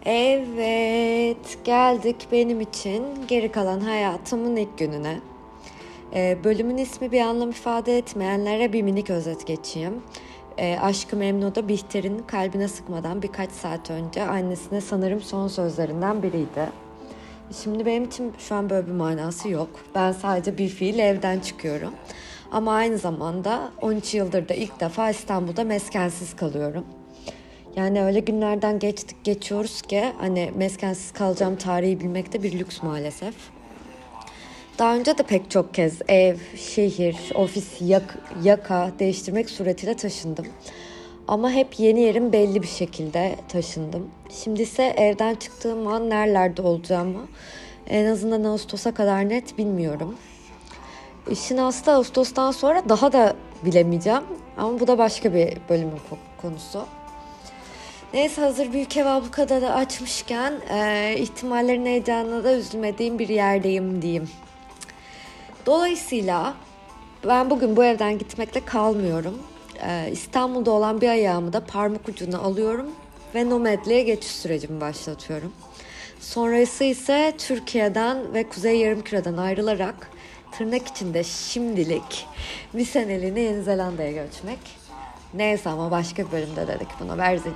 Evet, geldik benim için geri kalan hayatımın ilk gününe. Bölümün ismi bir anlam ifade etmeyenlere bir minik özet geçeyim. Aşk-ı Memnu'da Bihter'in kalbine sıkmadan birkaç saat önce annesine sanırım son sözlerinden biriydi. Şimdi benim için şu an böyle bir manası yok. Ben sadece bir fiil evden çıkıyorum. Ama aynı zamanda 13 yıldır da ilk defa İstanbul'da meskensiz kalıyorum. Yani öyle günlerden geçiyoruz ki hani meskensiz kalacağım tarihi bilmek de bir lüks maalesef. Daha önce de pek çok kez ev, şehir, ofis, yaka değiştirmek suretiyle taşındım. Ama hep yeni yerim belli bir şekilde taşındım. Şimdi ise evden çıktığım an nerelerde olacağımı en azından Ağustos'a kadar net bilmiyorum. İşin aslı Ağustos'tan sonra daha da bilemeyeceğim. Ama bu da başka bir bölümün konusu. Neyse hazır büyük ev ablukada da açmışken ihtimallerin heyecanına da üzülmediğim bir yerdeyim diyeyim. Dolayısıyla ben bugün bu evden gitmekle kalmıyorum. İstanbul'da olan bir ayağımı da parmak ucuna alıyorum ve nomadliğe geçiş sürecimi başlatıyorum. Sonrası ise Türkiye'den ve Kuzey Yarımküre'den ayrılarak tırnak içinde şimdilik bir seneliğine Yeni Zelanda'ya göçmek. Neyse ama başka bir bölümde dedik buna Berzeciğim.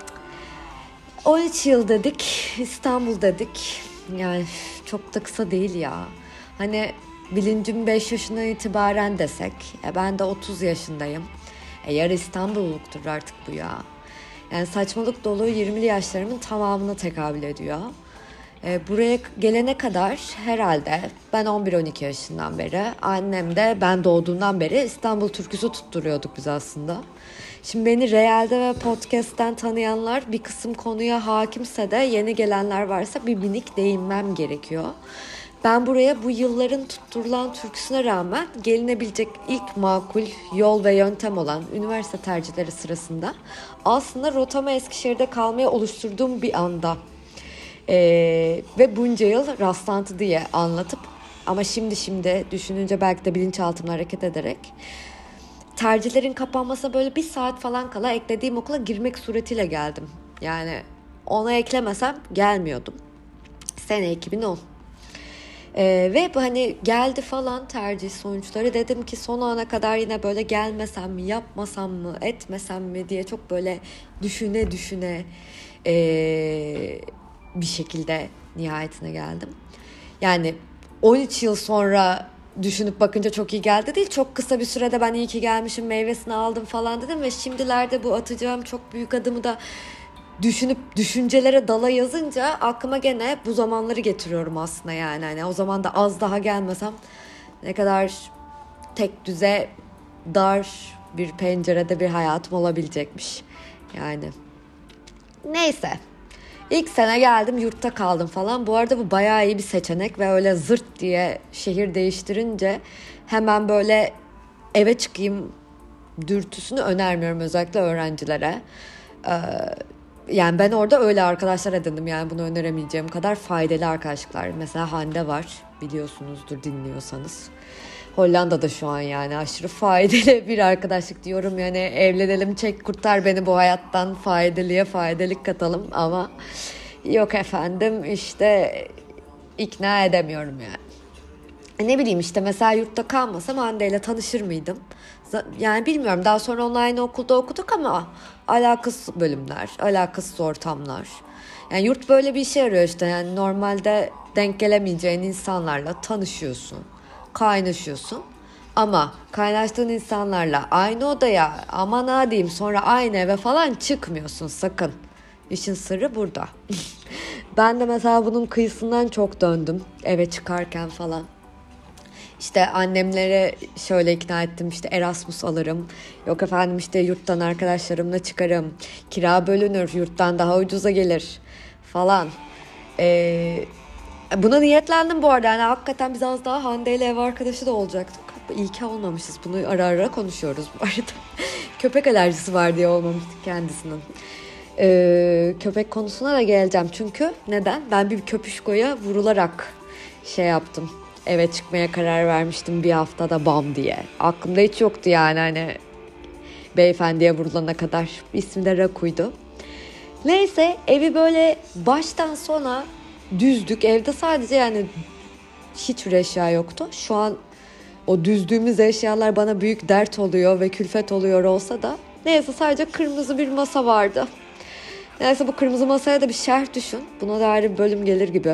13 yıl dedik, İstanbul dedik. Yani çok da kısa değil ya. Hani bilincim 5 yaşından itibaren desek, ben de 30 yaşındayım. Yarı İstanbulluktur artık bu ya. Yani saçmalık dolu 20'li yaşlarımın tamamına tekabül ediyor. Buraya gelene kadar herhalde ben 11-12 yaşından beri, annem de ben doğduğumdan beri İstanbul türküsü tutturuyorduk biz aslında. Şimdi beni Real'de ve podcast'ten tanıyanlar bir kısım konuya hakimse de yeni gelenler varsa bir minik değinmem gerekiyor. Ben buraya bu yılların tutturulan türküsüne rağmen gelinebilecek ilk makul yol ve yöntem olan üniversite tercihleri sırasında aslında rotamı Eskişehir'de kalmaya oluşturduğum bir anda ve bunca yıl rastlantı diye anlatıp ama şimdi düşününce belki de bilinçaltımla hareket ederek tercihlerin kapanmasına böyle bir saat falan kala eklediğim okula girmek suretiyle geldim. Yani ona eklemesem gelmiyordum. Sene 2010. Ve hani geldi falan tercih sonuçları, dedim ki son ana kadar yine böyle gelmesem mi, yapmasam mı, etmesem mi diye çok böyle düşüne bir şekilde nihayetine geldim. Yani 13 yıl sonra düşünüp bakınca çok iyi geldi değil. Çok kısa bir sürede ben iyi ki gelmişim, meyvesini aldım falan dedim ve şimdilerde bu atacağım çok büyük adımı da düşünüp düşüncelere dala yazınca aklıma gene bu zamanları getiriyorum aslında yani. Hani o zaman da az daha gelmesem ne kadar tek düze dar bir pencerede bir hayatım olabilecekmiş. Yani neyse. İlk sene geldim, yurtta kaldım falan. Bu arada bu bayağı iyi bir seçenek ve öyle zırt diye şehir değiştirince hemen böyle eve çıkayım dürtüsünü önermiyorum özellikle öğrencilere. Yani ben orada öyle arkadaşlar edindim, yani bunu öneremeyeceğim kadar faydalı arkadaşlıklar. Mesela Hande var, biliyorsunuzdur dinliyorsanız. Hollanda'da şu an yani aşırı faydalı bir arkadaşlık diyorum, yani evlenelim çek kurtar beni bu hayattan, faydalıya faydalık katalım ama yok efendim işte ikna edemiyorum yani. Ne bileyim işte mesela yurtta kalmasam Hande ile tanışır mıydım? Yani bilmiyorum, daha sonra onunla aynı okulda okuduk ama alakasız bölümler, alakasız ortamlar. Yani yurt böyle bir işe yarıyor işte, yani normalde denk gelemeyeceğin insanlarla tanışıyorsun, kaynaşıyorsun. Ama kaynaştığın insanlarla aynı odaya, aman ha diyeyim, sonra aynı eve falan çıkmıyorsun sakın. İşin sırrı burada. Ben de mesela bunun kıyısından çok döndüm eve çıkarken falan. İşte annemlere şöyle ikna ettim, işte Erasmus alırım. Yok efendim işte yurttan arkadaşlarımla çıkarım. Kira bölünür, yurttan daha ucuza gelir falan. Buna niyetlendim bu arada. Yani hakikaten biz az daha Hande ile ev arkadaşı da olacaktık. İyi ki olmamışız. Bunu ara ara konuşuyoruz bu arada. Köpek alerjisi var diye olmamıştık kendisinin. Köpek konusuna da geleceğim. Çünkü neden? Ben bir köpüşkoya vurularak şey yaptım. Eve çıkmaya karar vermiştim bir haftada bam diye. Aklımda hiç yoktu yani, hani beyefendiye vurulana kadar. İsmi de Raku'ydu. Neyse evi böyle baştan sona düzdük. Evde sadece yani hiçbir eşya yoktu. Şu an o düzdüğümüz eşyalar bana büyük dert oluyor ve külfet oluyor olsa da. Neyse sadece kırmızı bir masa vardı. Neyse bu kırmızı masaya da bir şerh düşün. Buna dair bir bölüm gelir gibi.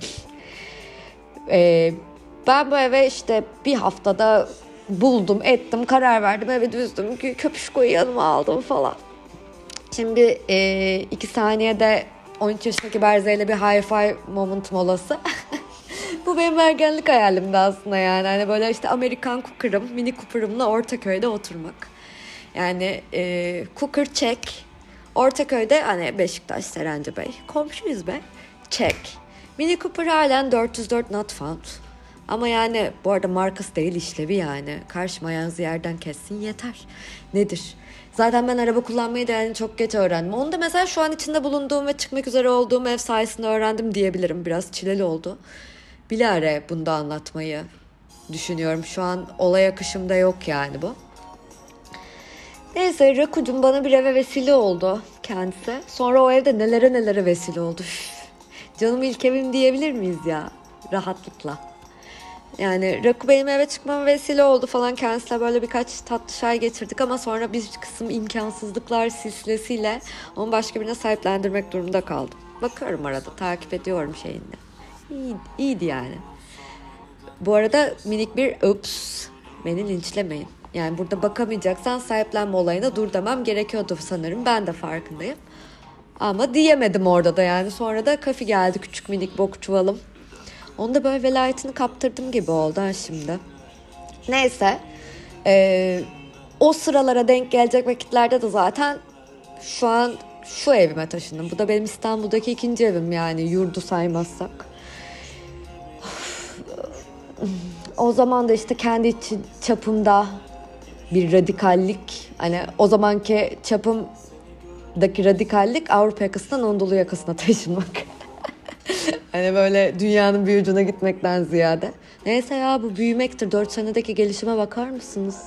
Ben bu eve işte bir haftada buldum, ettim, karar verdim, evi düzdüm, köpüşkoyu yanıma aldım falan. Şimdi 2 saniyede 13 yaşındaki Berze bir hi-fi moment molası. Bu benim ergenlik hayalimdi aslında yani. Hani böyle işte Amerikan Cooper'ım, Mini Cooper'ımla Ortaköy'de oturmak. Yani Cooper check. Ortaköy'de hani Beşiktaş, Serenci Bey. Komşuyuz be. Check. Mini Cooper halen 404 not found. Ama yani bu arada markası değil, işlevi yani. Karşıma ayağınızı yerden kessin yeter. Nedir? Zaten ben araba kullanmayı da yani çok geç öğrendim. Onu da mesela şu an içinde bulunduğum ve çıkmak üzere olduğum ev sayesinde öğrendim diyebilirim. Biraz çileli oldu. Bilahare bunu da anlatmayı düşünüyorum. Şu an olay akışımda yok yani bu. Neyse Rakucum bana bir eve vesile oldu kendisi. Sonra o evde nelere vesile oldu. Canım ilk evim diyebilir miyiz ya? Rahatlıkla. Yani Raku benim eve çıkmama vesile oldu falan. Kendisiyle böyle birkaç tatlı çay geçirdik ama sonra bir kısım imkansızlıklar silsilesiyle onu başka birine sahiplendirmek durumunda kaldım. Bakıyorum arada, takip ediyorum şeyini. İyiydi yani. Bu arada minik bir ups, beni linçlemeyin. Yani burada bakamayacaksan sahiplenme olayına dur demem gerekiyordu sanırım. Ben de farkındayım. Ama diyemedim orada da yani. Sonra da Kafi geldi, küçük minik bok çuvalım. Onu da böyle velayetini kaptırdım gibi oldu ha şimdi. Neyse. O sıralara denk gelecek vakitlerde de zaten şu an şu evime taşındım. Bu da benim İstanbul'daki 2. evim yani, yurdu saymazsak. O zaman da işte kendi çapımda bir radikallik, hani o zamanki çapımdaki radikallik Avrupa yakasından Anadolu yakasına taşınmak. Hani böyle dünyanın bir ucuna gitmekten ziyade. Neyse ya, bu büyümektir. 4 senedeki gelişime bakar mısınız?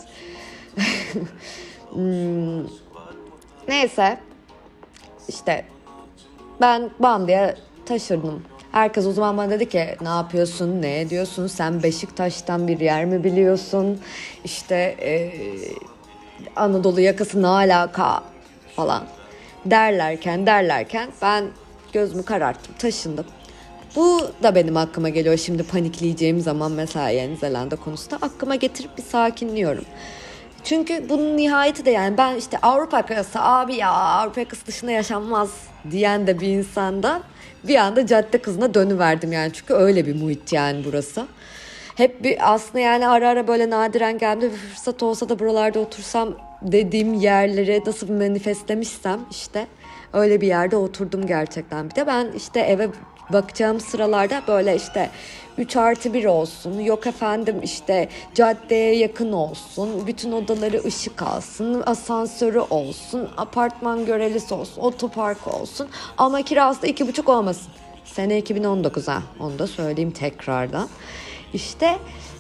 Neyse işte ben bam diye taşırdım. Herkes o zaman bana dedi ki ne yapıyorsun, ne ediyorsun, sen Beşiktaş'tan bir yer mi biliyorsun, işte Anadolu yakası ne alaka falan derlerken ben gözümü kararttım, taşındım. Bu da benim aklıma geliyor şimdi panikleyeceğim zaman mesela Yeni Zelanda konusunda aklıma getirip bir sakinliyorum. Çünkü bunun nihayeti de yani ben işte Avrupa yakası abi ya, Avrupa yakası dışında yaşanmaz diyen de bir insandan bir anda cadde kızına dönüverdim yani, çünkü öyle bir muhit yani burası. Hep bir aslında yani ara ara böyle nadiren geldiğimde bir fırsat olsa da buralarda otursam dediğim yerleri nasıl bir manifestlemişsem işte öyle bir yerde oturdum gerçekten. Bir de ben işte eve bakacağım sıralarda böyle işte 3+1 olsun, yok efendim işte caddeye yakın olsun, bütün odaları ışık alsın, asansörü olsun, apartman görelisi olsun, otopark olsun ama kirası da 2,5 olmasın. Sene 2019 ha, onu da söyleyeyim tekrardan. İşte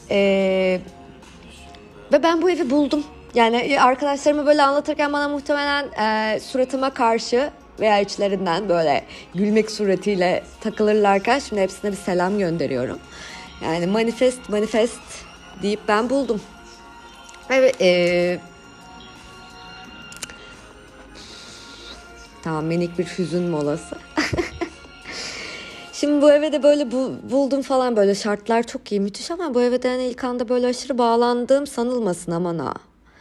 ve ben bu evi buldum. Yani arkadaşlarıma böyle anlatırken bana muhtemelen suratıma karşı veya içlerinden böyle gülmek suretiyle takılırlarken şimdi hepsine bir selam gönderiyorum. Yani manifest deyip ben buldum. Ve tamam, minik bir hüzün molası. Şimdi bu eve de böyle buldum falan, böyle şartlar çok iyi, müthiş ama bu eve de hani ilk anda böyle aşırı bağlandığım sanılmasın aman ha.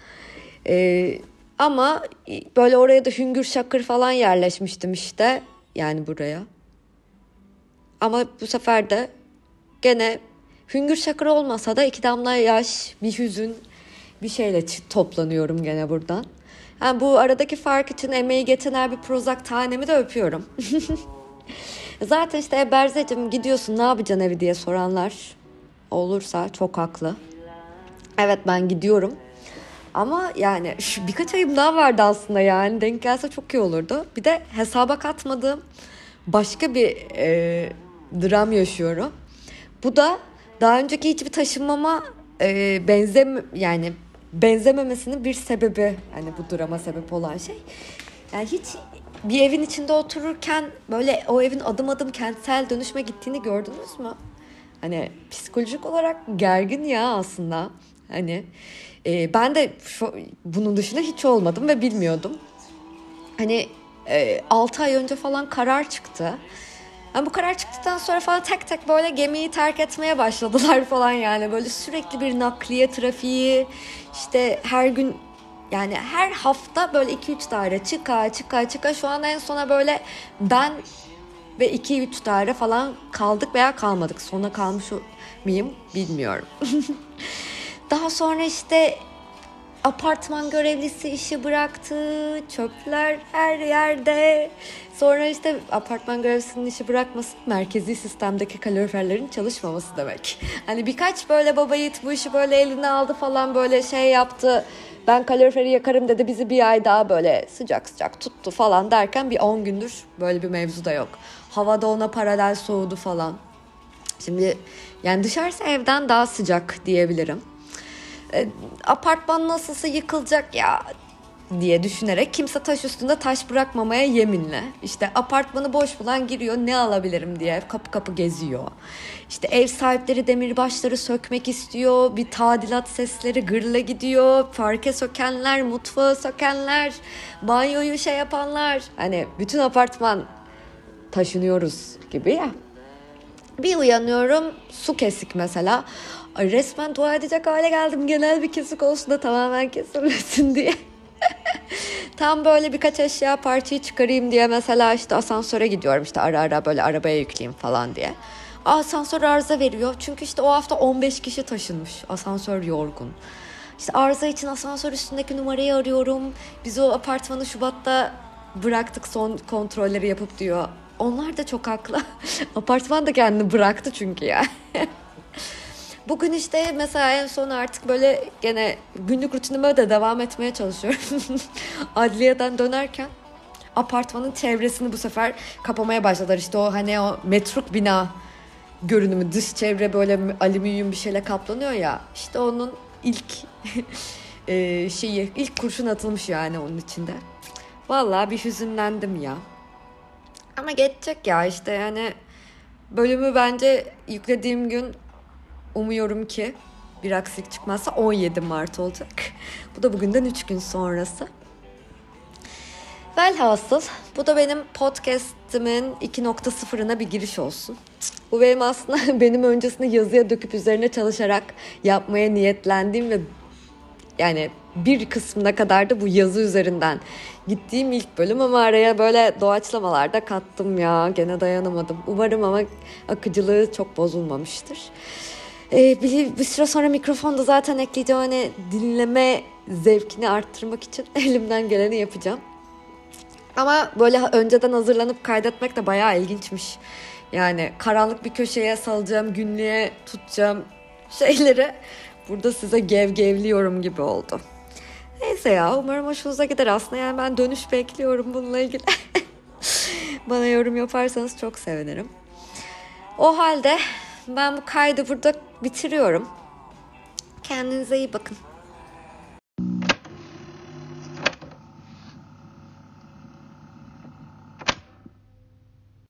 Ama böyle oraya da hüngür şakır falan yerleşmiştim işte. Yani buraya. Ama bu sefer de gene hüngür şakır olmasa da 2 damla yaş, bir hüzün, bir şeyle toplanıyorum gene buradan. Yani bu aradaki fark için emeği geçen bir Prozac tanemi de öpüyorum. Zaten işte Berzeciğim gidiyorsun ne yapacaksın evi diye soranlar olursa çok haklı. Evet, ben gidiyorum. Ama yani birkaç ayım daha vardı aslında, yani denk gelse çok iyi olurdu. Bir de hesaba katmadığım başka bir dram yaşıyorum. Bu da daha önceki hiçbir taşınmama benzememesinin bir sebebi. Hani bu drama sebep olan şey. Yani hiç bir evin içinde otururken böyle o evin adım adım kentsel dönüşme gittiğini gördünüz mü? Hani psikolojik olarak gergin ya aslında. Hani ben de bunun dışında hiç olmadım ve bilmiyordum. Hani 6 ay önce falan karar çıktı. Yani bu karar çıktıktan sonra falan tek tek böyle gemiyi terk etmeye başladılar falan yani. Böyle sürekli bir nakliye trafiği, işte her gün, yani her hafta böyle 2-3 daire çıka. Şu anda en sona böyle ben ve 2-3 daire falan kaldık veya kalmadık. Sona kalmış mıyım bilmiyorum. Daha sonra işte apartman görevlisi işi bıraktı. Çöpler her yerde. Sonra işte apartman görevlisinin işi bırakması merkezi sistemdeki kaloriferlerin çalışmaması demek. Hani birkaç böyle baba yiğit bu işi böyle eline aldı falan, böyle şey yaptı. Ben kaloriferi yakarım dedi, bizi bir ay daha böyle sıcak sıcak tuttu falan derken bir 10 gündür böyle bir mevzu da yok. Havada ona paralel soğudu falan. Şimdi yani dışarısı evden daha sıcak diyebilirim. Apartman nasılsa yıkılacak ya diye düşünerek kimse taş üstünde taş bırakmamaya yeminle. İşte apartmanı boş bulan giriyor, ne alabilirim diye kapı kapı geziyor. İşte ev sahipleri demirbaşları sökmek istiyor. Bir tadilat sesleri gırla gidiyor. Parke sökenler, mutfağı sökenler, banyoyu şey yapanlar. Hani bütün apartman taşınıyoruz gibi ya. Bir uyanıyorum, su kesik mesela. Ay, resmen dua edecek hale geldim. Genel bir kesik olsun da tamamen kesilmesin diye. Tam böyle birkaç eşya parçayı çıkarayım diye mesela işte asansöre gidiyorum, işte ara ara böyle arabaya yükleyeyim falan diye. Asansör arıza veriyor. Çünkü işte o hafta 15 kişi taşınmış. Asansör yorgun. İşte arıza için asansör üstündeki numarayı arıyorum. Biz o apartmanı Şubat'ta bıraktık son kontrolleri yapıp diyor. Onlar da çok haklı. Apartman da kendini bıraktı çünkü ya. Bugün işte mesela en son artık böyle gene günlük rutinime de devam etmeye çalışıyorum. Adliyeden dönerken apartmanın çevresini bu sefer kapamaya başladılar. İşte o hani o metruk bina görünümü, dış çevre böyle alüminyum bir şeyle kaplanıyor ya. İşte onun ilk ilk kurşun atılmış yani onun içinde. Vallahi bir hüzünlendim ya. Ama geçecek ya işte, yani bölümü bence yüklediğim gün umuyorum ki bir aksilik çıkmazsa 17 Mart olacak. Bu da bugünden 3 gün sonrası. Velhasıl bu da benim podcast'imin 2.0'ına bir giriş olsun. Bu benim aslında benim öncesinde yazıya döküp üzerine çalışarak yapmaya niyetlendiğim ve yani bir kısmına kadar da bu yazı üzerinden gittiğim ilk bölüm, ama araya böyle doğaçlamalar da kattım ya. Gene dayanamadım. Umarım ama akıcılığı çok bozulmamıştır. Bir süre sonra mikrofonu zaten ekleyeceğim. Hani dinleme zevkini arttırmak için elimden geleni yapacağım. Ama böyle önceden hazırlanıp kaydetmek de bayağı ilginçmiş. Yani karanlık bir köşeye salacağım, günlüğe tutacağım şeyleri burada size gevgevliyorum gibi oldu. Neyse ya, umarım hoşunuza gider aslında. Yani ben dönüş bekliyorum bununla ilgili. Bana yorum yaparsanız çok sevinirim. O halde ben bu kaydı burada bitiriyorum. Kendinize iyi bakın.